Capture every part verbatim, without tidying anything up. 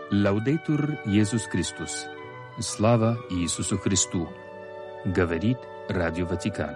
Лаудейтур Иисус Христос. Слава Иисусу Христу. Говорит Радио Ватикан.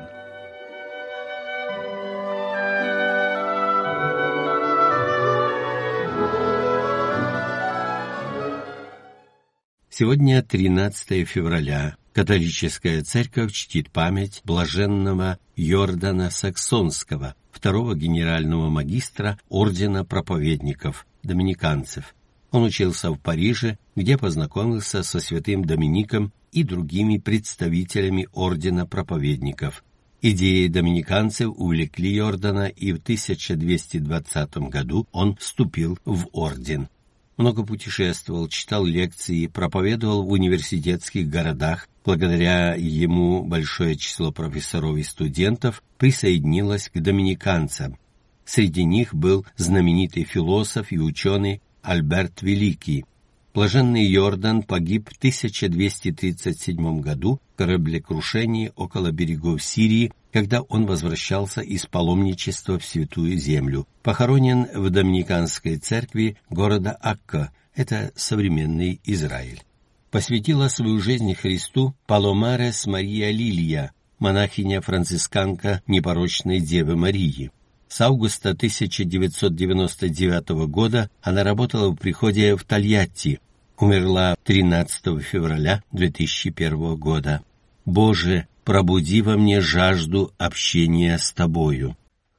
Сегодня тринадцатое февраля. Католическая церковь чтит память блаженного Йордана Саксонского, второго генерального магистра ордена проповедников, доминиканцев. Он учился в Париже, где познакомился со святым Домиником и другими представителями ордена проповедников. Идеи доминиканцев увлекли Йордана, и в тысяча двести двадцатом году он вступил в орден. Много путешествовал, читал лекции, проповедовал в университетских городах. Благодаря ему большое число профессоров и студентов присоединилось к доминиканцам. Среди них был знаменитый философ и ученый Альберт Великий. Блаженный Йордан погиб в тысяча двести тридцать седьмом году в кораблекрушении около берегов Сирии, когда он возвращался из паломничества в Святую Землю. Похоронен в доминиканской церкви города Акка, это современный Израиль. Посвятила свою жизнь Христу Паломарес Мария Лилия, монахиня-францисканка непорочной Девы Марии. С августа тысяча девятьсот девяносто девятого года она работала в приходе в Тольятти. Умерла тринадцатого февраля две тысячи первого года. «Боже, пробуди во мне жажду общения с Тобою».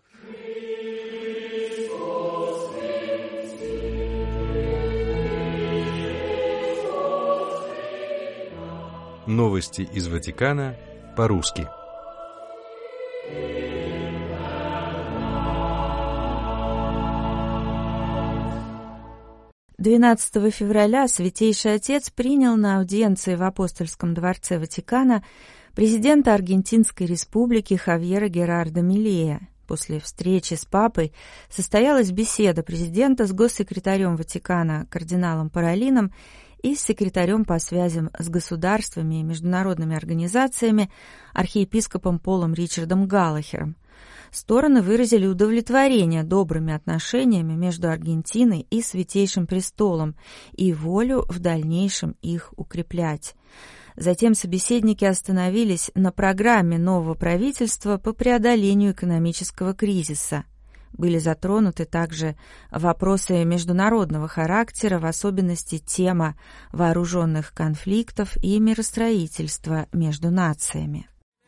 Новости из Ватикана по-русски. двенадцатого февраля Святейший Отец принял на аудиенции в Апостольском дворце Ватикана президента Аргентинской республики Хавьера Герардо Милея. После встречи с папой состоялась беседа президента с госсекретарем Ватикана кардиналом Паролином и с секретарем по связям с государствами и международными организациями архиепископом Полом Ричардом Галлахером. Стороны выразили удовлетворение добрыми отношениями между Аргентиной и Святейшим Престолом и волю в дальнейшем их укреплять. Затем собеседники остановились на программе нового правительства по преодолению экономического кризиса. Были затронуты также вопросы международного характера, в особенности тема вооруженных конфликтов и миростроительства между нациями.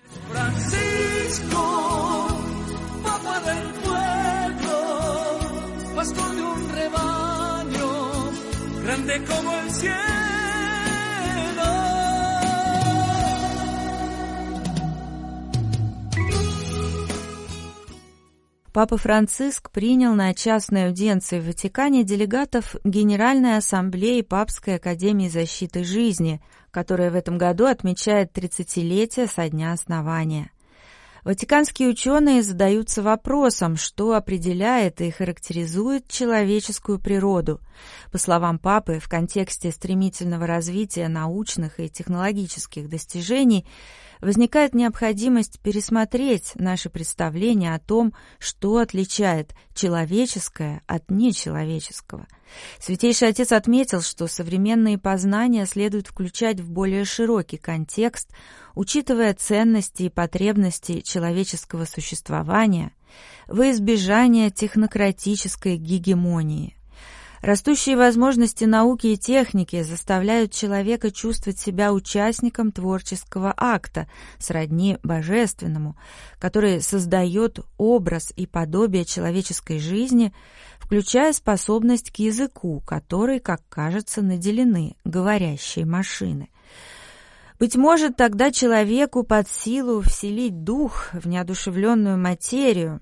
Папа Франциск принял на частной аудиенции в Ватикане делегатов Генеральной Ассамблеи Папской Академии Защиты Жизни, которая в этом году отмечает тридцатилетие со дня основания. Ватиканские ученые задаются вопросом, что определяет и характеризует человеческую природу. По словам Папы, в контексте стремительного развития научных и технологических достижений возникает необходимость пересмотреть наши представления о том, что отличает человеческое от нечеловеческого. Святейший Отец отметил, что современные познания следует включать в более широкий контекст, учитывая ценности и потребности человеческого существования во избежание технократической гегемонии. Растущие возможности науки и техники заставляют человека чувствовать себя участником творческого акта, сродни божественному, который создает образ и подобие человеческой жизни, включая способность к языку, которой, как кажется, наделены говорящие машины. Быть может, тогда человеку под силу вселить дух в неодушевленную материю.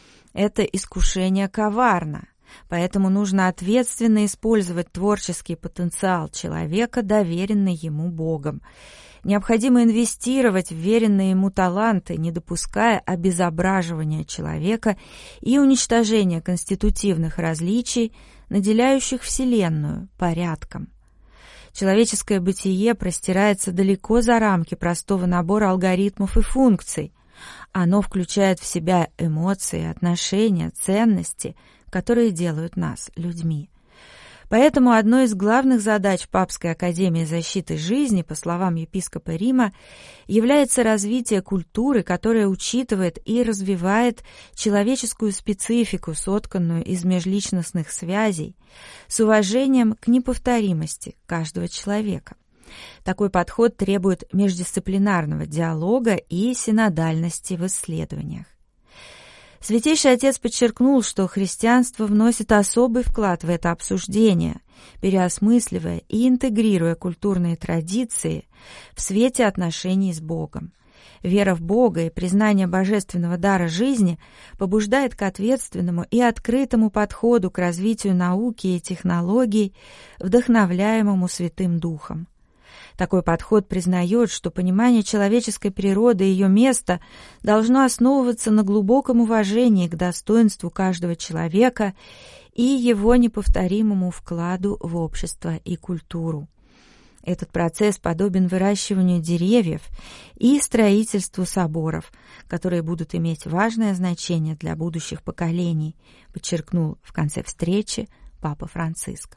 Это искушение коварно. Поэтому нужно ответственно использовать творческий потенциал человека, доверенный ему Богом. Необходимо инвестировать в веренные ему таланты, не допуская обезображивания человека и уничтожения конститутивных различий, наделяющих Вселенную порядком. Человеческое бытие простирается далеко за рамки простого набора алгоритмов и функций. Оно включает в себя эмоции, отношения, ценности, которые делают нас людьми. Поэтому одной из главных задач Папской академии защиты жизни, по словам епископа Рима, является развитие культуры, которая учитывает и развивает человеческую специфику, сотканную из межличностных связей, с уважением к неповторимости каждого человека. Такой подход требует междисциплинарного диалога и синодальности в исследованиях. Святейший Отец подчеркнул, что христианство вносит особый вклад в это обсуждение, переосмысливая и интегрируя культурные традиции в свете отношений с Богом. Вера в Бога и признание божественного дара жизни побуждает к ответственному и открытому подходу к развитию науки и технологий, вдохновляемому Святым Духом. Такой подход признает, что понимание человеческой природы и ее места должно основываться на глубоком уважении к достоинству каждого человека и его неповторимому вкладу в общество и культуру. Этот процесс подобен выращиванию деревьев и строительству соборов, которые будут иметь важное значение для будущих поколений, подчеркнул в конце встречи Папа Франциск.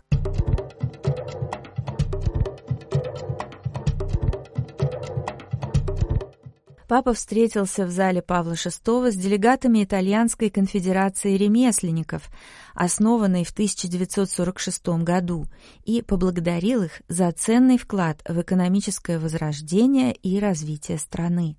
Папа встретился в зале Павла шестого с делегатами Итальянской конфедерации ремесленников, основанной в тысяча девятьсот сорок шестом году, и поблагодарил их за ценный вклад в экономическое возрождение и развитие страны.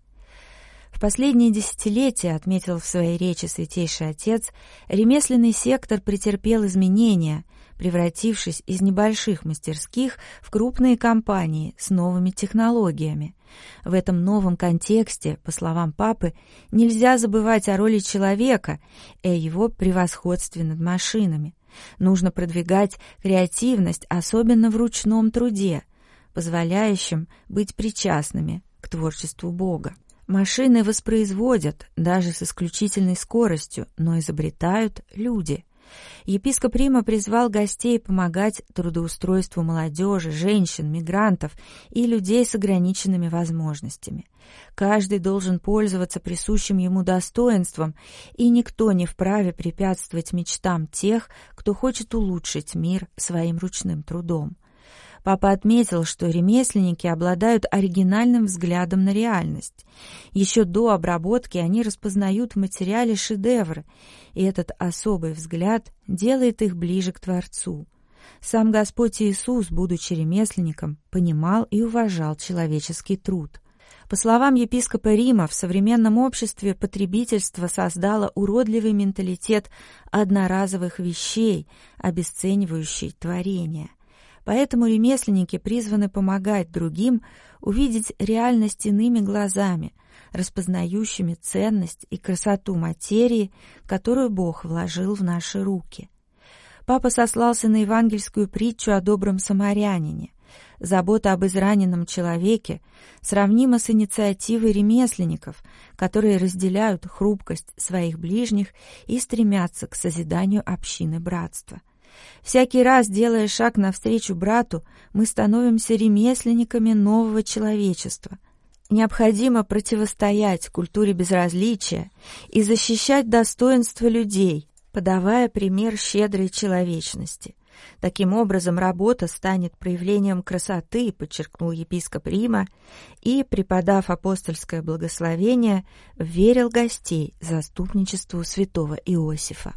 В последние десятилетия, отметил в своей речи Святейший Отец, ремесленный сектор претерпел изменения, превратившись из небольших мастерских в крупные компании с новыми технологиями. В этом новом контексте, по словам Папы, нельзя забывать о роли человека и о его превосходстве над машинами. Нужно продвигать креативность, особенно в ручном труде, позволяющем быть причастными к творчеству Бога. Машины воспроизводят даже с исключительной скоростью, но изобретают люди. Епископ Рима призвал гостей помогать трудоустройству молодежи, женщин, мигрантов и людей с ограниченными возможностями. Каждый должен пользоваться присущим ему достоинством, и никто не вправе препятствовать мечтам тех, кто хочет улучшить мир своим ручным трудом. Папа отметил, что ремесленники обладают оригинальным взглядом на реальность. Еще до обработки они распознают в материале шедевры, и этот особый взгляд делает их ближе к Творцу. Сам Господь Иисус, будучи ремесленником, понимал и уважал человеческий труд. По словам епископа Рима, в современном обществе потребительство создало уродливый менталитет одноразовых вещей, обесценивающий творение. Поэтому ремесленники призваны помогать другим увидеть реальность иными глазами, распознающими ценность и красоту материи, которую Бог вложил в наши руки. Папа сослался на евангельскую притчу о добром самарянине. Забота об израненном человеке сравнима с инициативой ремесленников, которые разделяют хрупкость своих ближних и стремятся к созиданию общины братства. Всякий раз, делая шаг навстречу брату, мы становимся ремесленниками нового человечества. Необходимо противостоять культуре безразличия и защищать достоинство людей, подавая пример щедрой человечности. Таким образом, работа станет проявлением красоты, подчеркнул епископ Рима, и, преподав апостольское благословение, вверил гостей заступничеству святого Иосифа.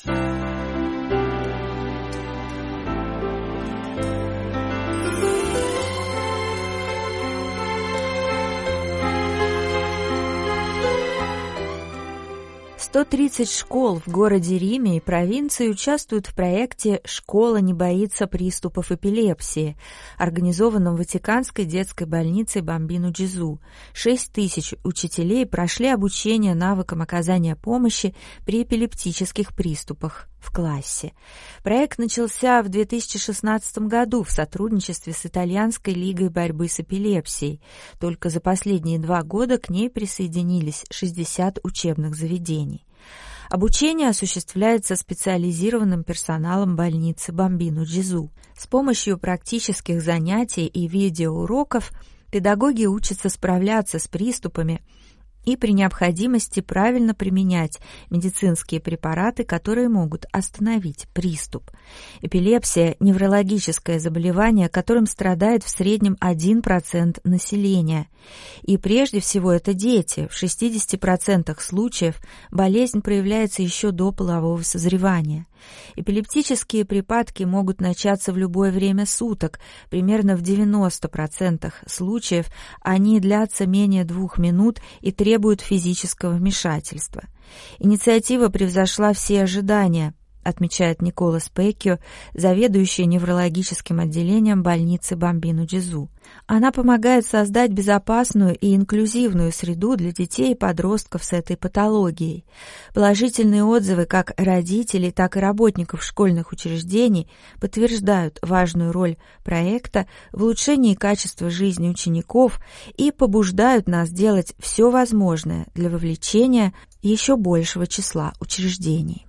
сто тридцать школ в городе Риме и провинции участвуют в проекте «Школа не боится приступов эпилепсии», организованном Ватиканской детской больницей Бамбину Джезу. Шесть тысяч учителей прошли обучение навыкам оказания помощи при эпилептических приступах в классе. Проект начался в две тысячи шестнадцатом году в сотрудничестве с Итальянской лигой борьбы с эпилепсией. Только за последние два года к ней присоединились шестьдесят учебных заведений. Обучение осуществляется специализированным персоналом больницы Бамбину Джезу. С помощью практических занятий и видеоуроков педагоги учатся справляться с приступами и при необходимости правильно применять медицинские препараты, которые могут остановить приступ. Эпилепсия – неврологическое заболевание, которым страдает в среднем один процент населения. И прежде всего это дети. В шестидесяти процентах случаев болезнь проявляется еще до полового созревания. Эпилептические припадки могут начаться в любое время суток. Примерно в девяноста процентах случаев они длятся менее двух минут и требуют физического вмешательства. Инициатива превзошла все ожидания, отмечает Николас Пеккио, заведующий неврологическим отделением больницы Бамбину-Джезу. Она помогает создать безопасную и инклюзивную среду для детей и подростков с этой патологией. Положительные отзывы как родителей, так и работников школьных учреждений подтверждают важную роль проекта в улучшении качества жизни учеников и побуждают нас делать все возможное для вовлечения еще большего числа учреждений.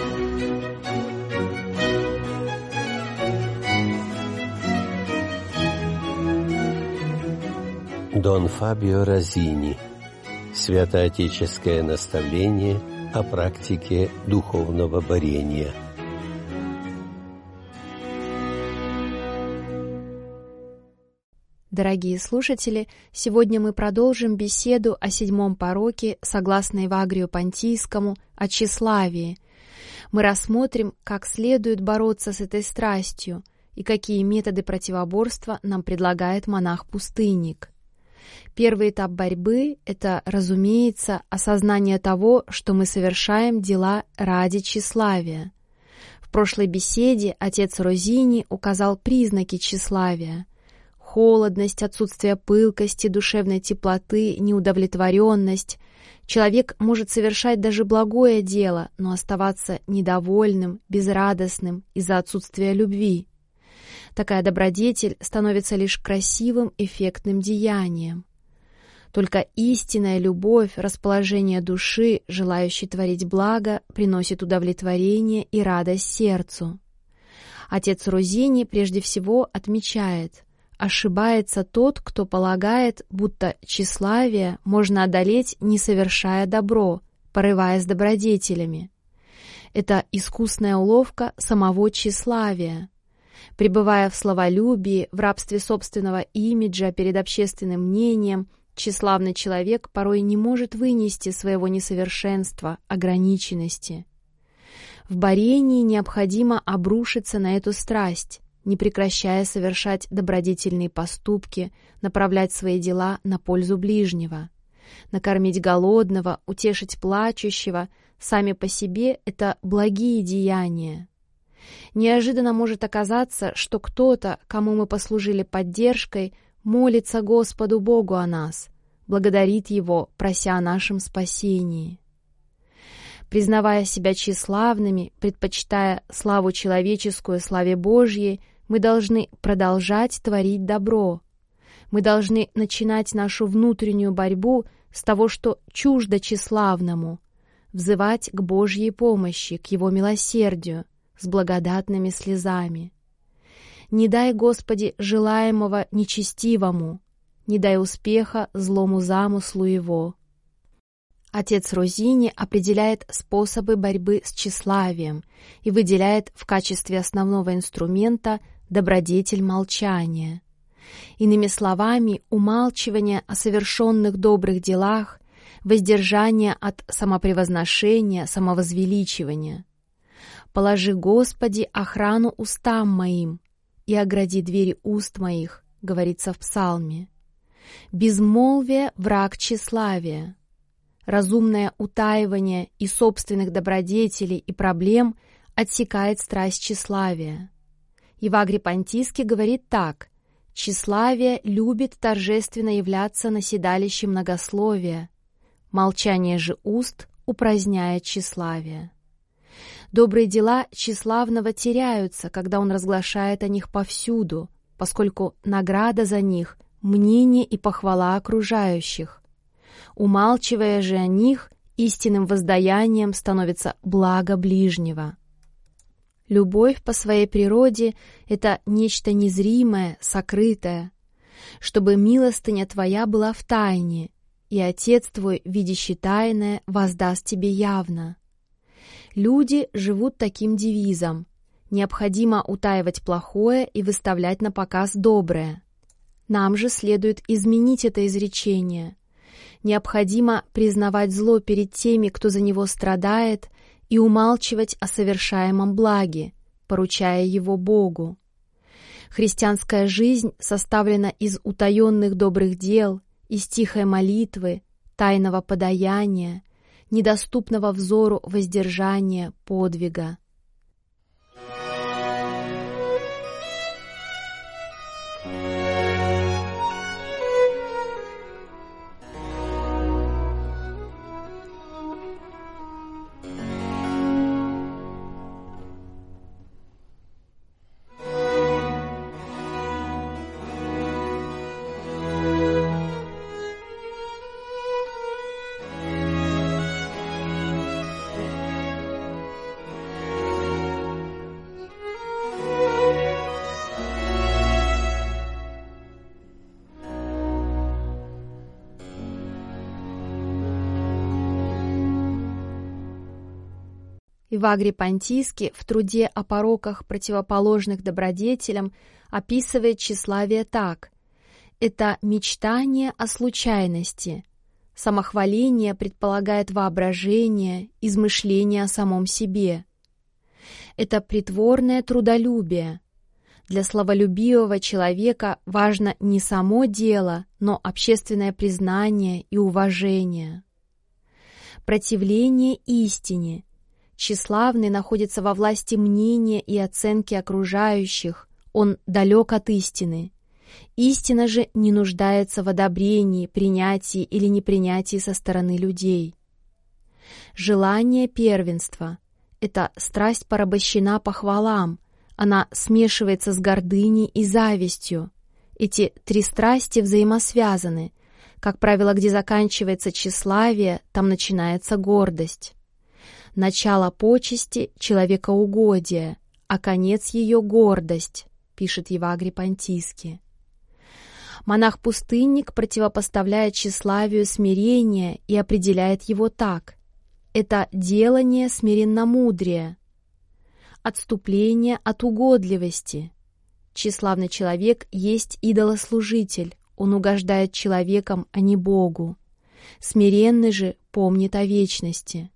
Дон Фабио Розини. Святоотеческое наставление о практике духовного борения. Дорогие слушатели, сегодня мы продолжим беседу о седьмом пороке, согласно Евагрию Понтийскому, о тщеславии. Мы рассмотрим, как следует бороться с этой страстью и какие методы противоборства нам предлагает монах-пустынник. Первый этап борьбы – это, разумеется, осознание того, что мы совершаем дела ради тщеславия. В прошлой беседе отец Розини указал признаки тщеславия: холодность, отсутствие пылкости, душевной теплоты, неудовлетворенность. Человек может совершать даже благое дело, но оставаться недовольным, безрадостным из-за отсутствия любви. Такая добродетель становится лишь красивым, эффектным деянием. Только истинная любовь, расположение души, желающей творить благо, приносит удовлетворение и радость сердцу. Отец Розини прежде всего отмечает: ошибается тот, кто полагает, будто тщеславие можно одолеть, не совершая добро, порываясь добродетелями. Это искусная уловка самого тщеславия. Пребывая в славолюбии, в рабстве собственного имиджа перед общественным мнением, тщеславный человек порой не может вынести своего несовершенства, ограниченности. В борении необходимо обрушиться на эту страсть, не прекращая совершать добродетельные поступки, направлять свои дела на пользу ближнего. Накормить голодного, утешить плачущего — сами по себе это благие деяния. Неожиданно может оказаться, что кто-то, кому мы послужили поддержкой, молится Господу Богу о нас, благодарит Его, прося о нашем спасении. Признавая себя тщеславными, предпочитая славу человеческую славе Божьей, мы должны продолжать творить добро. Мы должны начинать нашу внутреннюю борьбу с того, что чуждо тщеславному, взывать к Божьей помощи, к Его милосердию, с благодатными слезами. Не дай, Господи, желаемого нечестивому, не дай успеха злому замыслу его. Отец Розини определяет способы борьбы с тщеславием и выделяет в качестве основного инструмента добродетель молчания. Иными словами, умалчивание о совершенных добрых делах, воздержание от самопревозношения, самовозвеличивания. «Положи, Господи, охрану устам моим и огради двери уст моих», говорится в Псалме. Безмолвие — враг тщеславия. Разумное утаивание и собственных добродетелей и проблем отсекает страсть тщеславия. Евагрий Понтийский говорит так: «Тщеславие любит торжественно являться на седалище многословия, молчание же уст упраздняет тщеславие». Добрые дела тщеславного теряются, когда он разглашает о них повсюду, поскольку награда за них — мнение и похвала окружающих. Умалчивая же о них, истинным воздаянием становится благо ближнего. Любовь по своей природе — это нечто незримое, сокрытое. Чтобы милостыня твоя была в тайне, и Отец твой, видящий тайное, воздаст тебе явно». Люди живут таким девизом: необходимо утаивать плохое и выставлять на показ доброе. Нам же следует изменить это изречение. Необходимо признавать зло перед теми, кто за него страдает, и умалчивать о совершаемом благе, поручая его Богу. Христианская жизнь составлена из утаенных добрых дел, из тихой молитвы, тайного подаяния, недоступного взору воздержания, подвига. Евагрий Понтийский в труде о пороках, противоположных добродетелям, описывает тщеславие так: это мечтание о случайности. Самохваление предполагает воображение, измышление о самом себе. Это притворное трудолюбие. Для славолюбивого человека важно не само дело, но общественное признание и уважение. Противление истине. Тщеславный находится во власти мнения и оценки окружающих, он далек от истины. Истина же не нуждается в одобрении, принятии или непринятии со стороны людей. Желание первенства — это страсть порабощена похвалам, она смешивается с гордыней и завистью. Эти три страсти взаимосвязаны. Как правило, где заканчивается тщеславие, там начинается гордость. Начало почести — человекоугодие, а конец ее — гордость, пишет Евагрий Понтийский. Монах-пустынник противопоставляет тщеславию смирение и определяет его так: это делание смиренномудрия, отступление от угодливости. Тщеславный человек есть идолослужитель, он угождает человеком, а не Богу. Смиренный же помнит о вечности.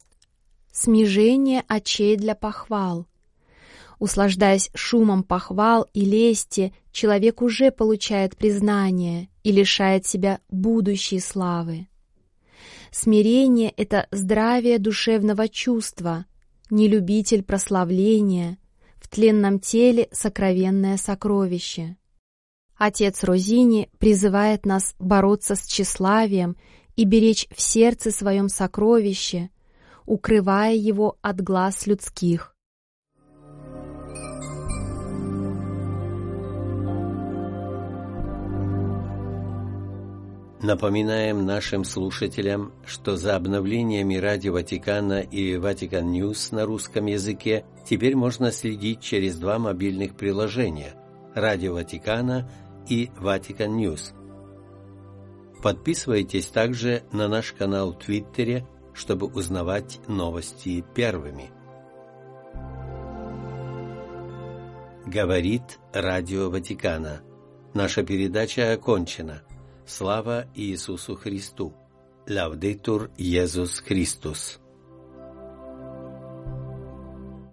Смежение очей для похвал. Услаждаясь шумом похвал и лести, человек уже получает признание и лишает себя будущей славы. Смирение — это здравие душевного чувства, не любитель прославления, в тленном теле сокровенное сокровище. Отец Розини призывает нас бороться с тщеславием и беречь в сердце своем сокровище, укрывая его от глаз людских. Напоминаем нашим слушателям, что за обновлениями Радио Ватикана и Ватикан Ньюс на русском языке теперь можно следить через два мобильных приложения – Радио Ватикана и Ватикан Ньюс. Подписывайтесь также на наш канал в Твиттере, чтобы узнавать новости первыми. Говорит Радио Ватикана. Наша передача окончена. Слава Иисусу Христу! Лаудетур Иисус Христос!